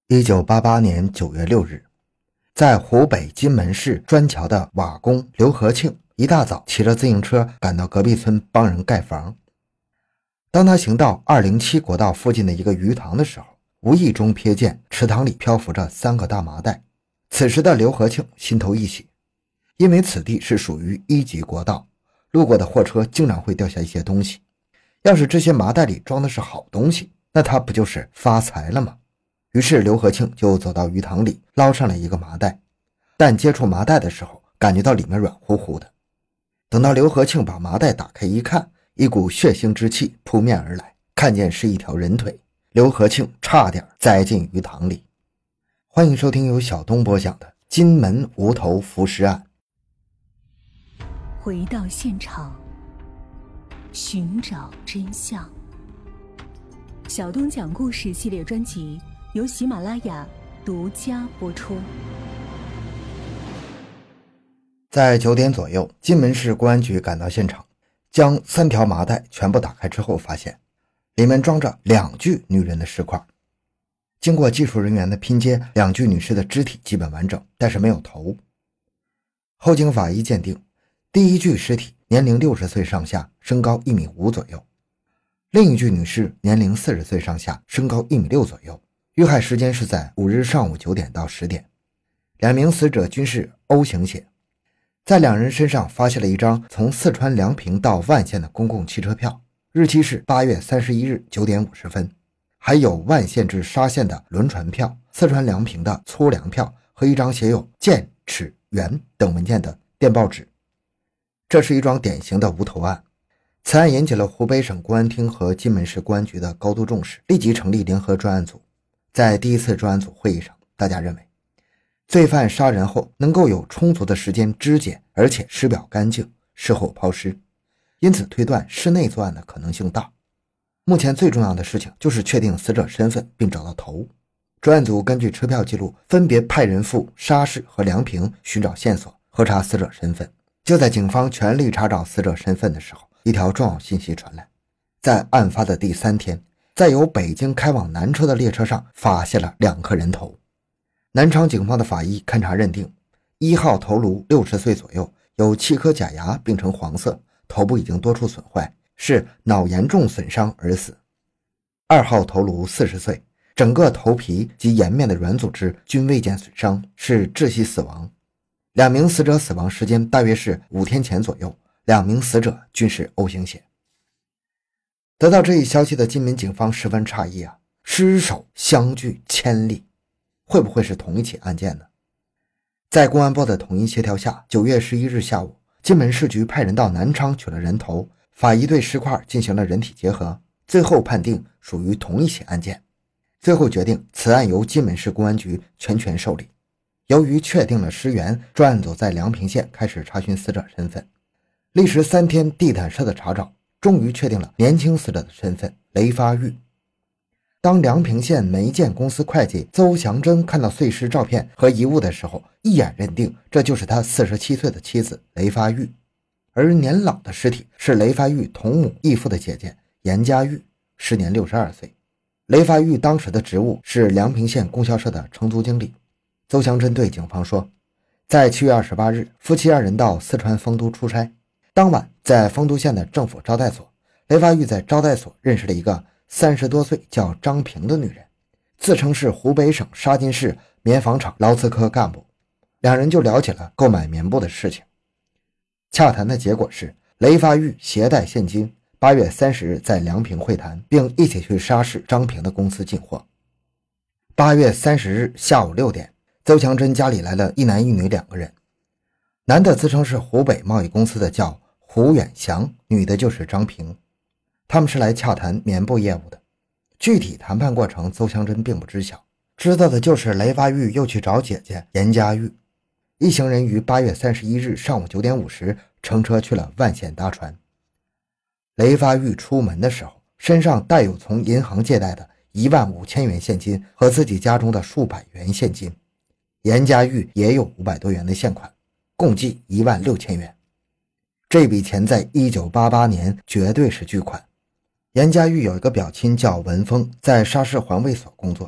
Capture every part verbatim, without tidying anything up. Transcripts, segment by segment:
一九八八年九月六日，在湖北荆门市砖桥的瓦工刘和庆一大早骑着自行车赶到隔壁村帮人盖房。当他行到二零七国道附近的一个鱼塘的时候，无意中瞥见池塘里漂浮着三个大麻袋。此时的刘和庆心头一喜，因为此地是属于一级国道，路过的货车经常会掉下一些东西，要是这些麻袋里装的是好东西，那他不就是发财了吗？于是刘和庆就走到鱼塘里捞上了一个麻袋，但接触麻袋的时候感觉到里面软乎乎的。等到刘和庆把麻袋打开一看，一股血腥之气扑面而来，看见是一条人腿，刘和庆差点栽进鱼塘里。欢迎收听由小东播讲的金门无头浮尸案。 回到现场，寻找真相。小东讲故事系列专辑由喜马拉雅独家播出。 在九点左右，荆门市公安局赶到现场，将三条麻袋全部打开之后，发现里面装着两具女人的尸块。经过技术人员的拼接，两具女尸的肢体基本完整，但是没有头。后经法医鉴定，第一具尸体年龄六十岁上下，身高一米五左右；另一具女尸年龄四十岁上下，身高一米六左右。遇害时间是在五日上午九点到十点。两名死者均是 O 型血。在两人身上发现了一张从四川梁平到万县的公共汽车票，日期是八月三十一日九点五十分。还有万县至沙县的轮船票、四川梁平的粗粮票和一张写有建、尺、元等文件的电报纸。这是一桩典型的无头案。此案引起了湖北省公安厅和荆门市公安局的高度重视，立即成立联合专案组。在第一次专案组会议上，大家认为罪犯杀人后能够有充足的时间肢解，而且尸表干净，事后抛尸，因此推断室内作案的可能性大。目前最重要的事情就是确定死者身份并找到头。专案组根据车票记录，分别派人赴沙市和梁平寻找线索，核查死者身份。就在警方全力查找死者身份的时候，一条重要信息传来。在案发的第三天，在由北京开往南昌的列车上发现了两颗人头。南昌警方的法医勘查认定，一号头颅六十岁左右，有七颗假牙并呈黄色，头部已经多处损坏，是脑严重损伤而死。二号头颅四十岁，整个头皮及颜面的软组织均未见损伤，是窒息死亡。两名死者死亡时间大约是五天前左右，两名死者均是 O 型血。得到这一消息的荆门警方十分诧异啊，尸首相距千里，会不会是同一起案件呢？在公安部的统一协调下，九月十一日下午，荆门市局派人到南昌取了人头，法医对尸块进行了人体结合，最后判定属于同一起案件。最后决定此案由荆门市公安局全权受理。由于确定了尸源，专案组在梁平县开始查询死者身份。历时三天地毯式的查找，终于确定了年轻死者的身份雷发玉。当梁平县煤建公司会计邹祥珍看到碎尸照片和遗物的时候，一眼认定这就是他四十七岁的妻子雷发玉，而年老的尸体是雷发玉同母异父的姐姐严家玉，时年六十二岁。雷发玉当时的职务是梁平县供销社的承租经理。邹祥珍对警方说，在七月二十八日，夫妻二人到四川丰都出差，当晚在丰都县的政府招待所，雷发玉在招待所认识了一个三十多岁叫张平的女人，自称是湖北省沙津市棉纺厂劳资科干部。两人就了解了购买棉布的事情。洽谈的结果是，雷发玉携带现金，八月三十日在梁平会谈，并一起去沙市张平的公司进货。八月三十日下午六点，邹强珍家里来了一男一女两个人。男的自称是湖北贸易公司的叫胡远祥，女的就是张平。他们是来洽谈棉布业务的，具体谈判过程邹强珍并不知晓，知道的就是雷发玉又去找姐姐严家玉。一行人于八月三十一日上午九点五十乘车去了万县搭船。雷发玉出门的时候，身上带有从银行借贷的一万五千元现金和自己家中的数百元现金，严家玉也有五百多元的现款，共计一万六千元。这笔钱在一九八八年绝对是巨款。严家玉有一个表亲叫文峰，在沙市环卫所工作，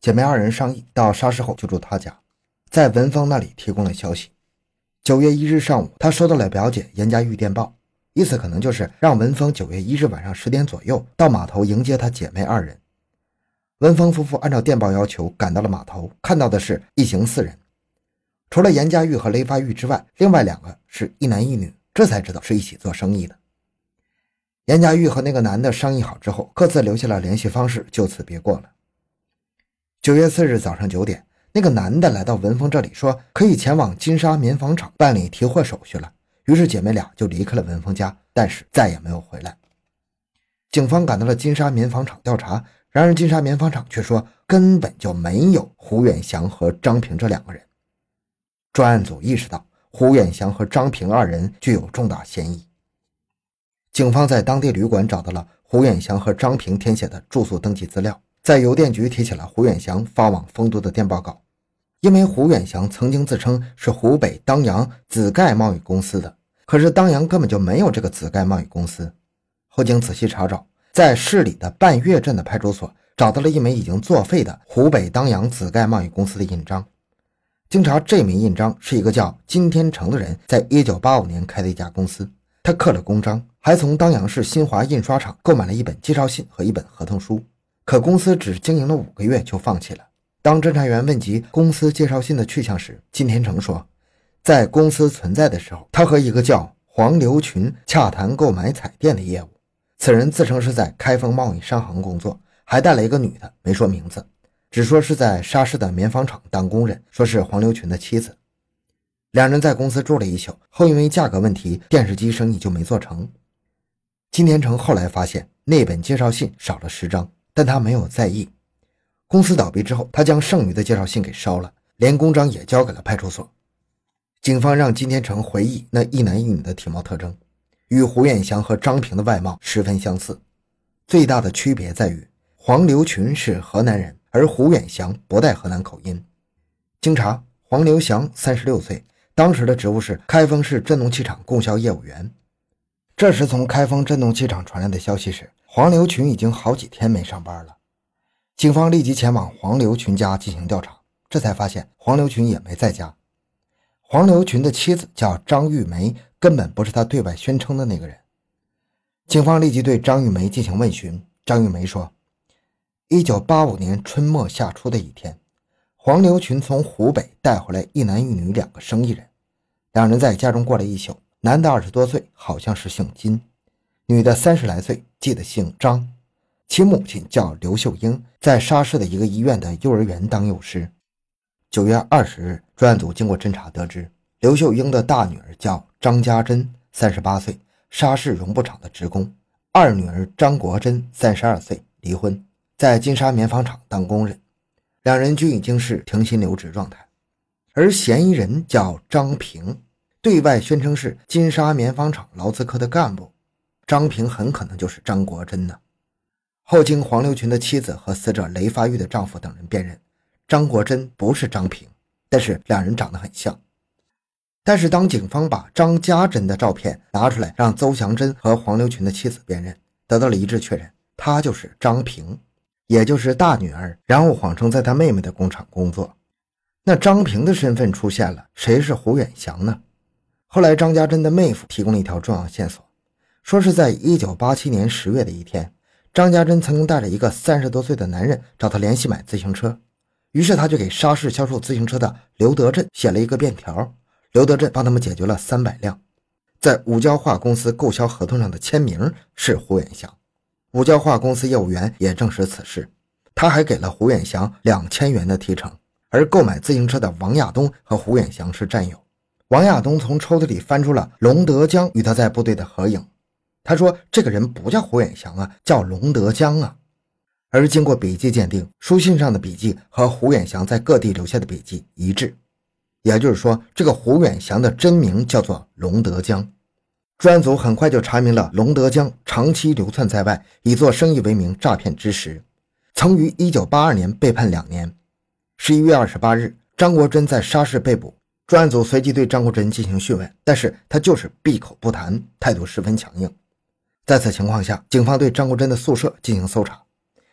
姐妹二人商议到沙市后就住她家，在文峰那里提供了消息。九月一日上午，他收到了表姐严家玉电报，意思可能就是让文峰九月一日晚上十点左右到码头迎接他姐妹二人。文峰夫妇按照电报要求赶到了码头，看到的是一行四人，除了严家玉和雷发玉之外，另外两个是一男一女，这才知道是一起做生意的。严家玉和那个男的商议好之后，各自留下了联系方式，就此别过了。九月四日早上九点，那个男的来到文峰这里，说可以前往金沙棉纺厂办理提货手续了，于是姐妹俩就离开了文峰家，但是再也没有回来。警方赶到了金沙棉纺厂调查，然而金沙棉纺厂却说根本就没有胡远祥和张平这两个人。专案组意识到胡远祥和张平二人具有重大嫌疑。警方在当地旅馆找到了胡远祥和张平填写的住宿登记资料，在邮电局提起了胡远祥发往丰都的电报稿。因为胡远祥曾经自称是湖北当阳紫盖贸易公司的，可是当阳根本就没有这个紫盖贸易公司。后经仔细查找，在市里的半月镇的派出所找到了一枚已经作废的湖北当阳紫盖贸易公司的印章。经查，这枚印章是一个叫金天成的人在一九八五年开的一家公司，他刻了公章，还从当阳市新华印刷厂购买了一本介绍信和一本合同书，可公司只经营了五个月就放弃了。当侦查员问及公司介绍信的去向时，金天成说，在公司存在的时候，他和一个叫黄刘群洽谈购买彩电的业务，此人自称是在开封贸易商行工作，还带了一个女的，没说名字，只说是在沙市的棉纺厂当工人，说是黄刘群的妻子。两人在公司住了一宿，后因为价格问题，电视机生意就没做成。金天成后来发现那本介绍信少了十张，但他没有在意。公司倒闭之后，他将剩余的介绍信给烧了，连公章也交给了派出所。警方让金天成回忆那一男一女的体貌特征，与胡远祥和张平的外貌十分相似，最大的区别在于黄刘群是河南人，而胡远祥不带河南口音。经查，黄刘祥三十六岁，当时的职务是开封市振动器厂供销业务员。这时从开封振动器厂传来的消息是，黄刘群已经好几天没上班了。警方立即前往黄刘群家进行调查，这才发现黄刘群也没在家。黄刘群的妻子叫张玉梅，根本不是他对外宣称的那个人。警方立即对张玉梅进行问询，张玉梅说，一九八五年春末夏初的一天，黄刘群从湖北带回来一男一女两个生意人，两人在家中过了一宿，男的二十多岁，好像是姓金，女的三十来岁，记得姓张，其母亲叫刘秀英，在沙市的一个医院的幼儿园当幼师。九月二十日，专案组经过侦查得知，刘秀英的大女儿叫张家珍，三十八岁，沙市绒布厂的职工；二女儿张国珍，三十二岁，离婚，在金沙棉纺厂当工人，两人均已经是停薪留职状态。而嫌疑人叫张平，对外宣称是金沙棉纺厂劳资科的干部，张平很可能就是张国珍呢。后经黄刘群的妻子和死者雷发玉的丈夫等人辨认，张国珍不是张平，但是两人长得很像。但是当警方把张家珍的照片拿出来让邹祥珍和黄刘群的妻子辨认，得到了一致确认，他就是张平，也就是大女儿，然后谎称在他妹妹的工厂工作。那张平的身份出现了，谁是胡远祥呢？后来张家珍的妹夫提供了一条重要线索，说是在一九八七年十月的一天，张家珍曾经带着一个三十多岁的男人找他联系买自行车，于是他就给沙市销售自行车的刘德镇写了一个便条，刘德镇帮他们解决了三百辆。在五交化公司购销合同上的签名是胡远祥，五交化公司业务员也证实此事，他还给了胡远祥两千元的提成。而购买自行车的王亚东和胡远祥是战友，王亚东从抽屉里翻出了龙德江与他在部队的合影，他说这个人不叫胡远祥啊，叫龙德江啊。而经过笔迹鉴定，书信上的笔迹和胡远祥在各地留下的笔迹一致，也就是说这个胡远祥的真名叫做龙德江。专案组很快就查明了龙德江长期流窜在外，以做生意为名诈骗之实，曾于一九八二年被判两年。十一月二十八日，张国珍在沙市被捕，专案组随即对张国珍进行讯问，但是他就是闭口不谈，态度十分强硬。在此情况下，警方对张国珍的宿舍进行搜查，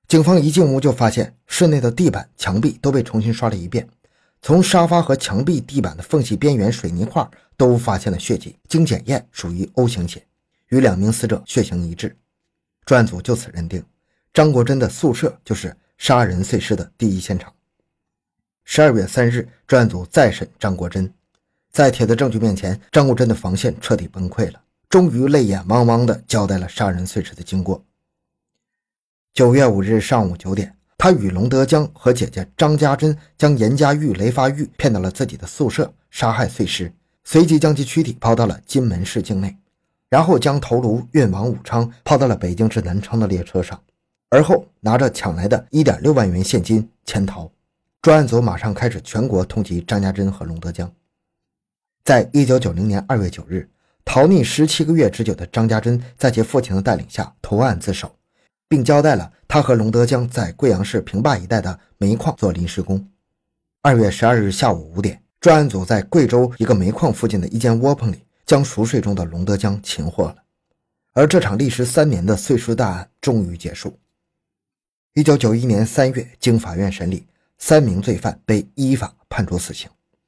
警方一进屋就发现室内的地板、墙壁都被重新刷了一遍，从沙发和墙壁、地板的缝隙边缘、水泥块都发现了血迹，经检验属于 O 型血，与两名死者血型一致。专案组就此认定，张国珍的宿舍就是杀人碎尸的第一现场。十二月三日，专案组再审张国珍，在铁的证据面前，张国珍的防线彻底崩溃了，终于泪眼汪汪地交代了杀人碎尸的经过。九月五日上午九点，他与龙德江和姐姐张家珍将严家玉、雷发玉骗到了自己的宿舍，杀害碎尸，随即将其躯体抛到了金门市境内，然后将头颅运往武昌，抛到了北京至南昌的列车上，而后拿着抢来的 一点六万元现金潜逃。专案组马上开始全国通缉张家珍和龙德江。在一九九零年二月九日，逃匿十七个月之久的张家珍在其父亲的带领下投案自首，并交代了他和龙德江在贵阳市平坝一带的煤矿做临时工。二月十二日下午五点，专案组在贵州一个煤矿附近的一间窝棚里将熟睡中的龙德江擒获了，而这场历时三年的碎尸大案终于结束。一九九一年三月，经法院审理，三名罪犯被依法判处死刑。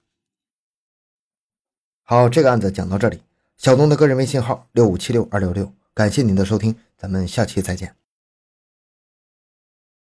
好，这个案子讲到这里。小东的个人微信号六五七六二六六，感谢您的收听，咱们下期再见。